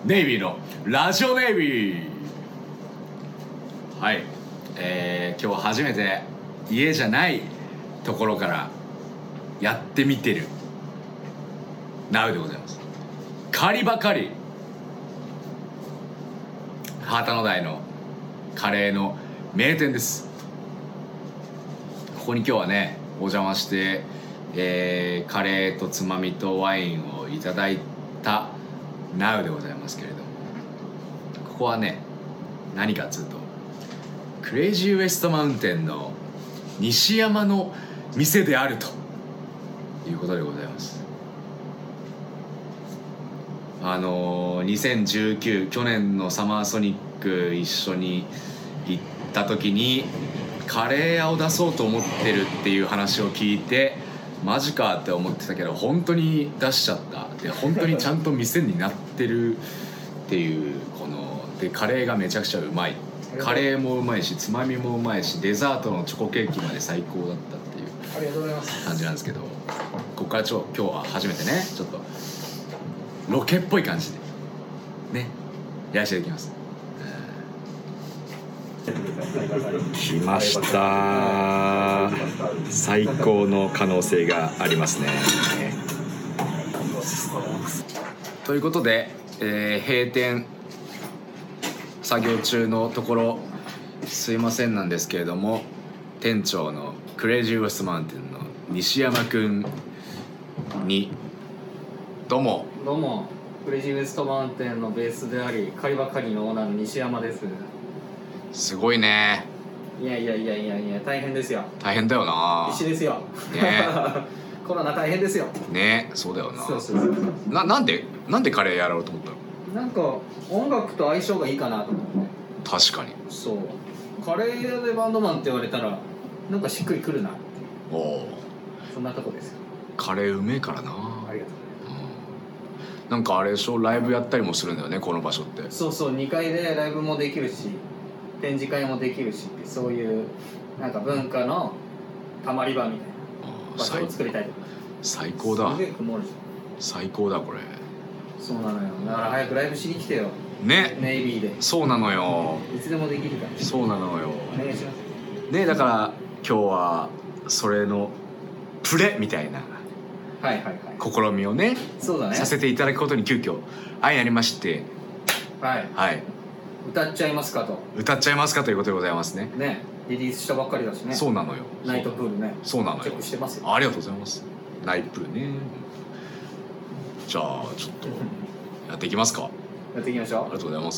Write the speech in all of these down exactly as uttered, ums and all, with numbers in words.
ネイビーのラジオネイビー。はい、えー、今日初めて家じゃないところからやってみてるナウでございます。カリバカリ旗の台のカレーの名店です。ここに今日はねお邪魔して、えー、カレーとつまみとワインをいただいたナウでございますけれども、ここはね何かっつうとクレイジーウエストマウンテンの西山の店であるということでございます。あのー、にせんじゅうきゅう去年のサマーソニック一緒に行った時にカレー屋を出そうと思ってるっていう話を聞いてマジかって思ってたけど本当に出しちゃった。で本当にちゃんと店になってるっていうこのでカレーがめちゃくちゃうまい。カレーもうまいしつまみもうまいしデザートのチョコケーキまで最高だったっていうありがとうございます感じなんですけど、ここからちょ今日は初めてねちょっとロケっぽい感じでねやらせていただきます。来ました。最高の可能性がありますね。ということで、えー、閉店作業中のところすいませんなんですけれども、店長のクレイジーウエストマウンテンの西山くんにどうもどうもクレイジーウエストマウンテンのベースでありカリバカリのオーナーの西山です。 すごいね。 いやいやいやいやいや大変ですよ。 大変だよな。 必死ですよねコロナ大変ですよね。そうだよな。 そうそうそうななんでなんでカレーやろうと思ったの？ なんか音楽と相性がいいかなと思って。 確かにそうカレー屋でバンドマンって言われたらなんかしっくりくるなっておおそんなとこですよ。 カレーうめえからな。 ありがとう。 なんかあれでしょライブやったりもするんだよねこの場所って。 そうそうにかいでライブもできるし展示会もできるしそういうなんか文化のたまり場みたいな場所を作りたいと。 最高だ。 すげえ曇るじゃん。 最高だこれ。 そうなのよ。だから早くライブしに来てよね。 ネイビーで。 そうなのよ。 いつでもできるから。 そうなのよ。 お願いします。 ねだから今日はそれのプレみたいなはいはいはい試みをねそうだねさせていただくことに急遽愛ありましてはいはい歌っちゃいますかと。 歌っちゃいますかということでございますね。 ねリリースしたばっかりだしね。 そうなのよ。 ナイトプールね。 そうなのよ。 チェックしてますよ。 ありがとうございます。ナイトプールね。じゃあちょっとやっていきますか。 やっていきましょう。 ありがとうございます。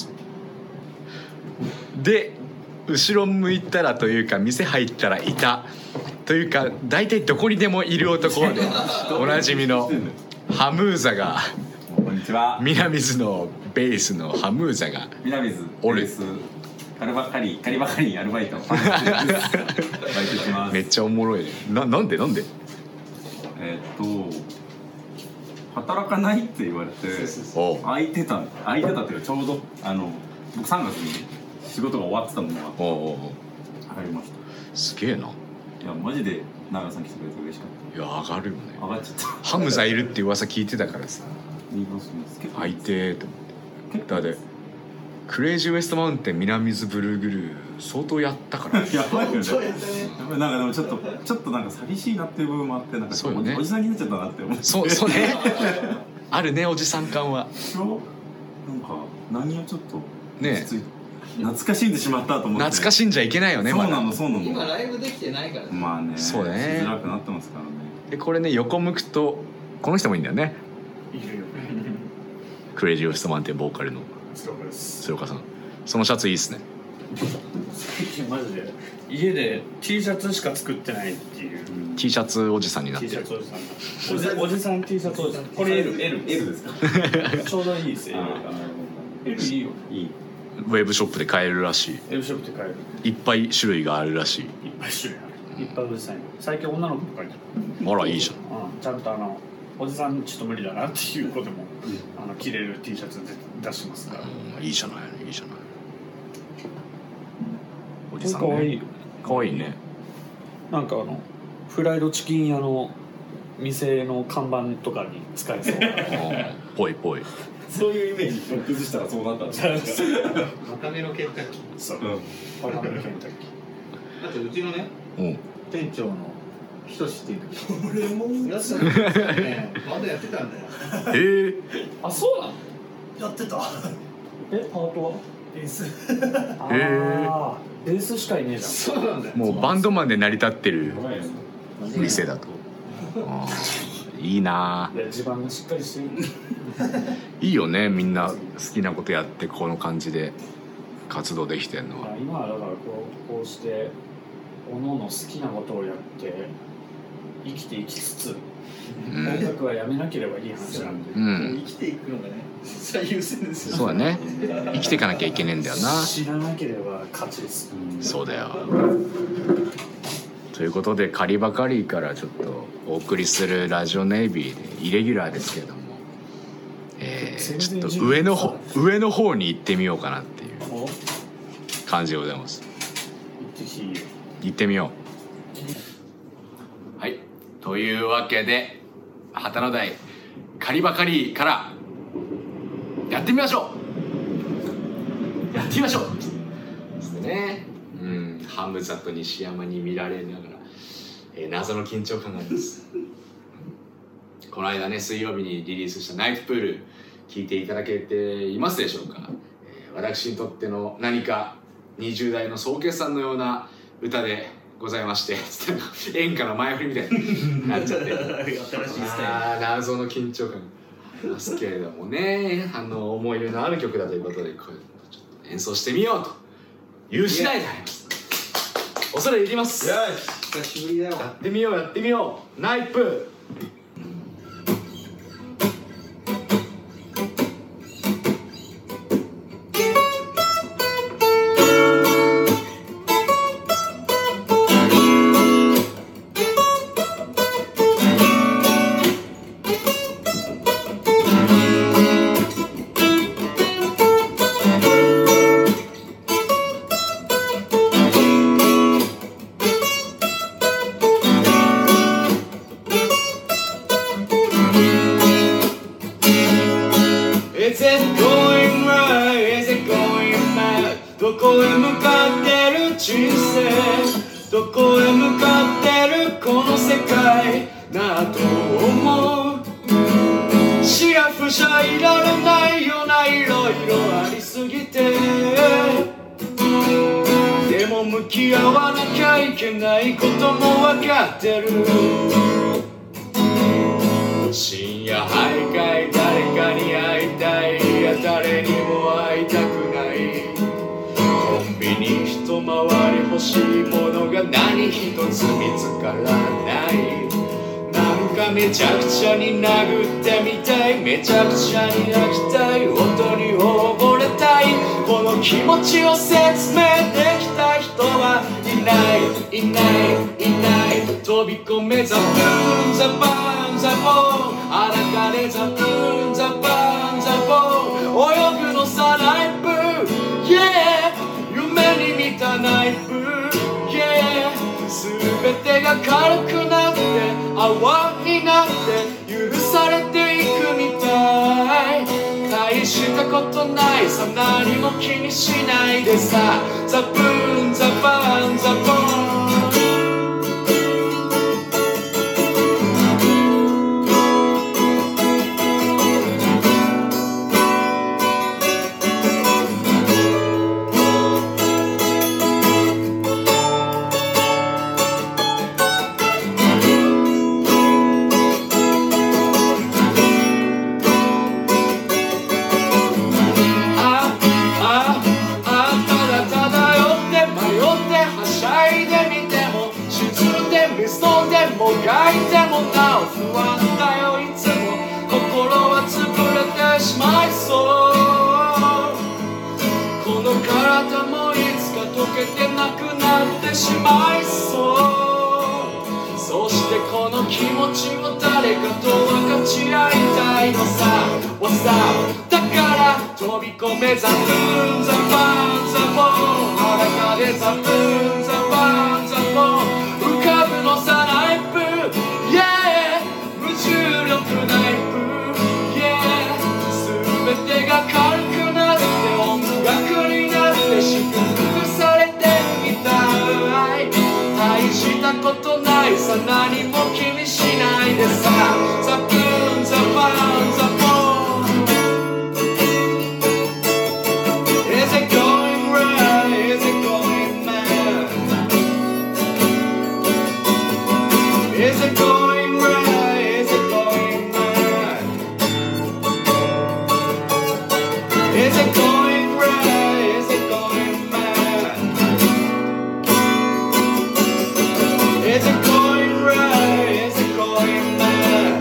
で後ろ向いたらというか店入ったらいたというか大体どこにでもいる男でおなじみのハムーザがこんにちは。 南津のベースのハムーザが南津おるベースカリバカリカリバカリアルバイトバイトします。 めっちゃおもろいね。ななんでなんでえーっと働かないって言われておう空いてた空いてたっていうかちょうどあの僕さんがつに仕事が終わってたのがおうおうおう入りました。 すげえな。 いやマジで長さん来てくれて嬉しかっいや上がるよね。 た。上がっちゃったハムザいるって噂聞いてたからさいいボスです結構相手と思って結だってクレイジーウエストマウンテン南津ブルーグルー相当やったからやばいよね。やばいなんかでもちょっとちょっとなんか寂しいなっていう部分もあってなんかそうよねおじさんになっちゃったなって思って。 そうそうねあるねおじさん感はそうなんか何をちょっとねつい懐かしんでしまったと思って。 懐かしんじゃいけないよね。 そうなまだのそうなの。 今ライブできてないからね。 まあねそうねしづらくなってますからね。 でこれね横向くとこの人もいいんだよね。 いるよ。 クレイジーウエストマウンテンボーカルのそうです。 鶴岡さんそのシャツいいっすね。 最近マジで家で T シャツしか作ってないっていう、 うん T シャツおじさんになっ T てる。 シャツおじさんおじおじさん T シャツおじさんこれ L L L ですか。 ちょうどいいですよ L いいよいい。 ウェブショップで買えるらしい。 L ショップで買えるいっぱい種類があるらしい。 いっぱい種類あるいっぱいおじさんいる最近女の子も書いてるあらいいじゃん。 うんちゃんとあのおじさんちょっと無理だなっていう子でも、あの着れる T シャツで出しますからうんいいじゃないいいじゃない。おじさんかわいいねかわいいね。 なんかあのフライドチキン屋の店の看板とかに使えそううんぽいぽいそういうイメージを崩したらそうなったんですよ。 若めのケンタッキー。 そううん若めのケンタッキだってうちのねうん店長のひとしっていう時俺もやってたんですよね。まだやってたんだよ。 えー、 ーあそうなのやってたえパートはベースあへあベースしかいねえじそうなんだよ。 もうバンドマンで成り立ってるやばいですね店だと。あーいいなゃんいや地盤がしっかりしてるいいよね、みんな好きなことやってこの感じで活動できてんのは。 今はだからこうこうして各々好きなことをやって生きていきつつ、 うん音楽はやめなければいい話なんで、 うん生きていくのがね最優先ですよ。 そうだね、生きていかなきゃいけねえんだよな。 知らなければ勝ちです、 そうだよ。ということでカリバカリーからちょっとお送りするラジオネイビーでイレギュラーですけれども、えー、ちょっと上の方上の方に行ってみようかなっていうお感じでございます。 ぜひ行ってみよう。はい、というわけで旗の台カリバカリーからやってみましょうやってみましょうですね。うん、ハムザと西山に見られながら、えー、謎の緊張感がありますこの間ね水曜日にリリースしたナイトプール聞いていただけていますでしょうか。えー、私にとっての何かにじゅう代の総決算のような歌でございまして演歌の前振りみたいになっちゃって新しいスタイあー謎の緊張感がありますけれどもね、あの思い入れのある曲だということでこれちょっと演奏してみようという次第であります。恐れ入ります。 ル。よし久しぶりだよ。 やってみようやってみようナイプ。Is it going right? Is it going mad? どこへ向かってる人生どこへ向かってるこの世界なと思うシラフじゃいられないよな、いろいろありすぎてでも向き合わなきゃいけないこともわかってる深夜徘徊誰かに会いたいいや誰にも会いたくないコンビニ一回り欲しいものが何一つ見つからないなんかめちゃくちゃに殴ってみたいめちゃくちゃに泣きたい音に溺れたいこの気持ちを説明できた人はいないいないいない飛び込めザブーンザバーンザボー裸でザブーンザバーンザボー泳ぐのさナイプ Yeah 夢に見たナイプ Yeah 全てが軽くなって泡になって許されていくみたい大したことないさ何も気にしないでさザブーンザバーンザボーンもがいてもなお不安だよいつも心は潰れてしまいそうこの体もいつか溶けてなくなってしまいそうそしてこの気持ちを誰かと分かち合いたいのさわさだから飛び込めザブーンザバーンザボー裸でザブーンザバーンザボー浮かぶのさナイプ Yeah 無重力ナイプ Yeah 全 Is it going right? Is it going mad? Is it going right? Is it going mad?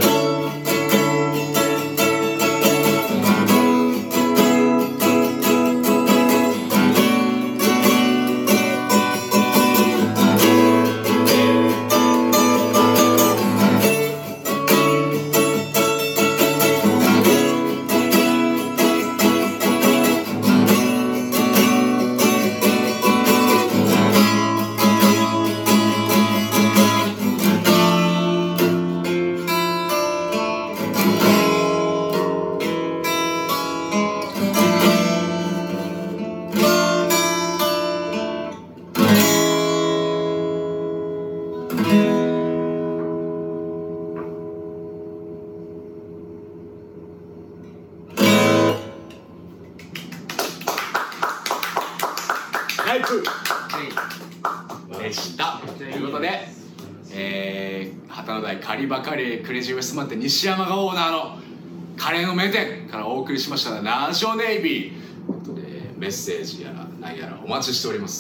ライブでしたということで、えー、旗の台カリバカレークレイジーウエストマンって西山がオーナーのカレーの名店からお送りしましたラジオネイビーということで、メッセージやら何やらお待ちしております。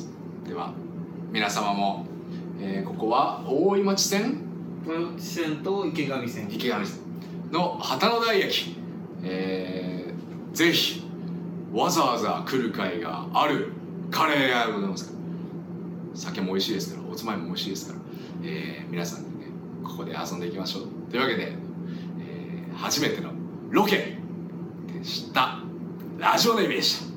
では皆様も、えー、ここは大井町線豊内線と池上線池上線の旗の台駅、えー、ぜひわざわざ来る会があるカレー屋でございますから、酒も美味しいですからおつまみも美味しいですから、えー、皆さんでねここで遊んでいきましょうというわけで、えー、初めてのロケでした。ラジオネイビーでした。